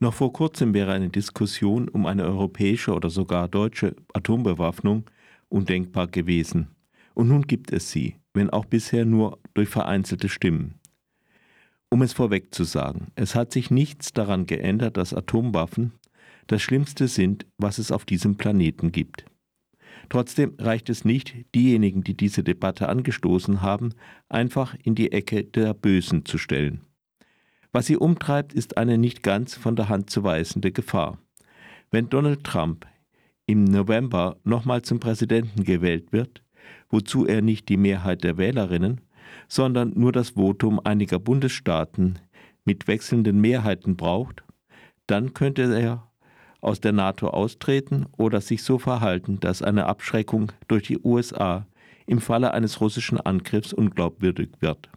Noch vor kurzem wäre eine Diskussion um eine europäische oder sogar deutsche Atombewaffnung undenkbar gewesen. Und nun gibt es sie, wenn auch bisher nur durch vereinzelte Stimmen. Um es vorweg zu sagen, es hat sich nichts daran geändert, dass Atomwaffen das Schlimmste sind, was es auf diesem Planeten gibt. Trotzdem reicht es nicht, diejenigen, die diese Debatte angestoßen haben, einfach in die Ecke der Bösen zu stellen. Was sie umtreibt, ist eine nicht ganz von der Hand zu weisende Gefahr. Wenn Donald Trump im November nochmal zum Präsidenten gewählt wird, wozu er nicht die Mehrheit der Wählerinnen, sondern nur das Votum einiger Bundesstaaten mit wechselnden Mehrheiten braucht, dann könnte er aus der NATO austreten oder sich so verhalten, dass eine Abschreckung durch die USA im Falle eines russischen Angriffs unglaubwürdig wird.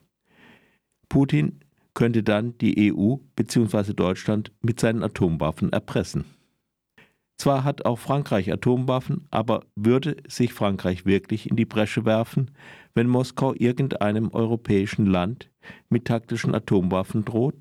Putin könnte dann die EU bzw. Deutschland mit seinen Atomwaffen erpressen. Zwar hat auch Frankreich Atomwaffen, aber würde sich Frankreich wirklich in die Bresche werfen, wenn Moskau irgendeinem europäischen Land mit taktischen Atomwaffen droht?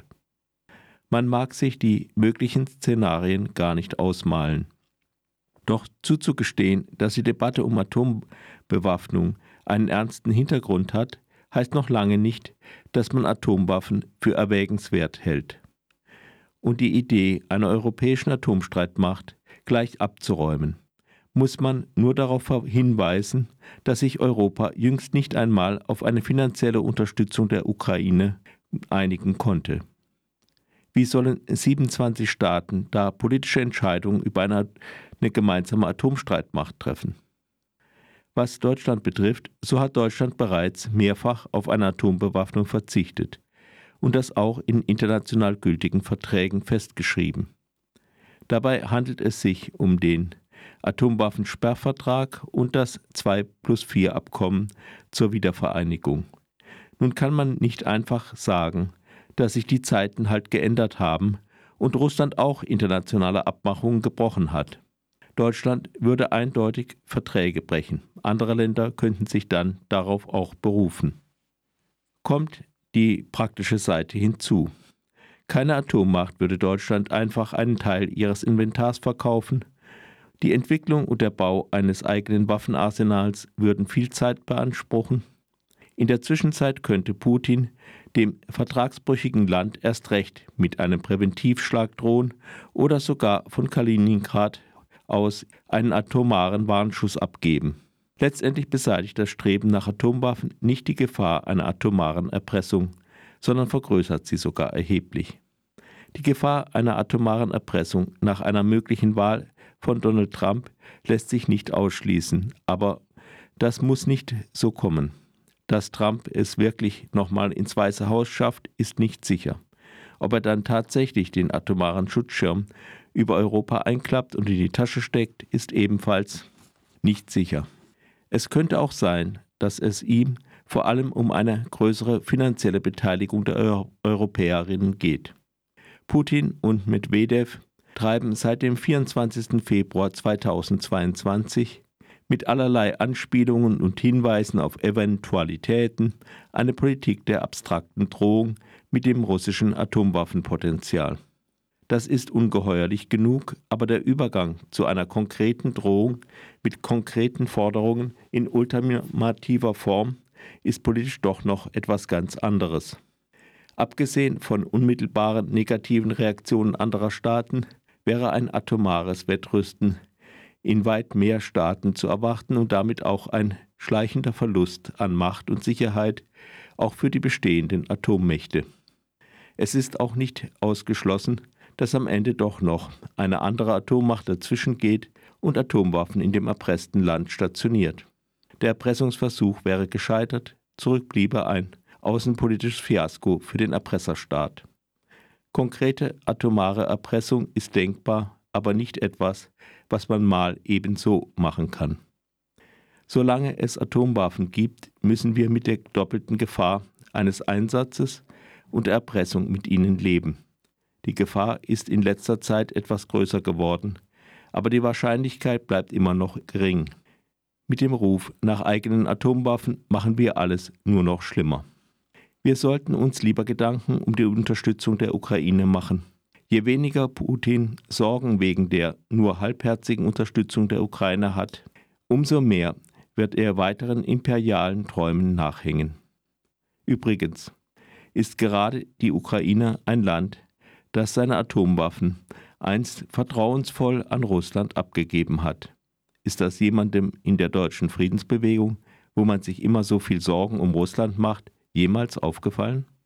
Man mag sich die möglichen Szenarien gar nicht ausmalen. Doch zuzugestehen, dass die Debatte um Atombewaffnung einen ernsten Hintergrund hat, heißt noch lange nicht, dass man Atomwaffen für erwägenswert hält. Und die Idee einer europäischen Atomstreitmacht gleich abzuräumen, muss man nur darauf hinweisen, dass sich Europa jüngst nicht einmal auf eine finanzielle Unterstützung der Ukraine einigen konnte. Wie sollen 27 Staaten da politische Entscheidungen über eine gemeinsame Atomstreitmacht treffen? Was Deutschland betrifft, so hat Deutschland bereits mehrfach auf eine Atombewaffnung verzichtet und das auch in international gültigen Verträgen festgeschrieben. Dabei handelt es sich um den Atomwaffensperrvertrag und das 2+4-Abkommen zur Wiedervereinigung. Nun kann man nicht einfach sagen, dass sich die Zeiten halt geändert haben und Russland auch internationale Abmachungen gebrochen hat. Deutschland würde eindeutig Verträge brechen. Andere Länder könnten sich dann darauf auch berufen. Kommt die praktische Seite hinzu. Keine Atommacht würde Deutschland einfach einen Teil ihres Inventars verkaufen. Die Entwicklung und der Bau eines eigenen Waffenarsenals würden viel Zeit beanspruchen. In der Zwischenzeit könnte Putin dem vertragsbrüchigen Land erst recht mit einem Präventivschlag drohen oder sogar von Kaliningrad aus einen atomaren Warnschuss abgeben. Letztendlich beseitigt das Streben nach Atomwaffen nicht die Gefahr einer atomaren Erpressung, sondern vergrößert sie sogar erheblich. Die Gefahr einer atomaren Erpressung nach einer möglichen Wahl von Donald Trump lässt sich nicht ausschließen, aber das muss nicht so kommen. Dass Trump es wirklich nochmal ins Weiße Haus schafft, ist nicht sicher. Ob er dann tatsächlich den atomaren Schutzschirm über Europa einklappt und in die Tasche steckt, ist ebenfalls nicht sicher. Es könnte auch sein, dass es ihm vor allem um eine größere finanzielle Beteiligung der Europäerinnen geht. Putin und Medwedew treiben seit dem 24. Februar 2022 mit allerlei Anspielungen und Hinweisen auf Eventualitäten eine Politik der abstrakten Drohung mit dem russischen Atomwaffenpotenzial. Das ist ungeheuerlich genug, aber der Übergang zu einer konkreten Drohung mit konkreten Forderungen in ultimativer Form ist politisch doch noch etwas ganz anderes. Abgesehen von unmittelbaren negativen Reaktionen anderer Staaten wäre ein atomares Wettrüsten in weit mehr Staaten zu erwarten und damit auch ein schleichender Verlust an Macht und Sicherheit, auch für die bestehenden Atommächte. Es ist auch nicht ausgeschlossen, dass am Ende doch noch eine andere Atommacht dazwischen geht und Atomwaffen in dem erpressten Land stationiert. Der Erpressungsversuch wäre gescheitert, zurück bliebe ein außenpolitisches Fiasko für den Erpresserstaat. Konkrete atomare Erpressung ist denkbar, aber nicht etwas, was man mal ebenso machen kann. Solange es Atomwaffen gibt, müssen wir mit der doppelten Gefahr eines Einsatzes und der Erpressung mit ihnen leben. Die Gefahr ist in letzter Zeit etwas größer geworden, aber die Wahrscheinlichkeit bleibt immer noch gering. Mit dem Ruf nach eigenen Atomwaffen machen wir alles nur noch schlimmer. Wir sollten uns lieber Gedanken um die Unterstützung der Ukraine machen. Je weniger Putin Sorgen wegen der nur halbherzigen Unterstützung der Ukraine hat, umso mehr wird er weiteren imperialen Träumen nachhängen. Übrigens ist gerade die Ukraine ein Land, das seine Atomwaffen einst vertrauensvoll an Russland abgegeben hat. Ist das jemandem in der deutschen Friedensbewegung, wo man sich immer so viel Sorgen um Russland macht, jemals aufgefallen?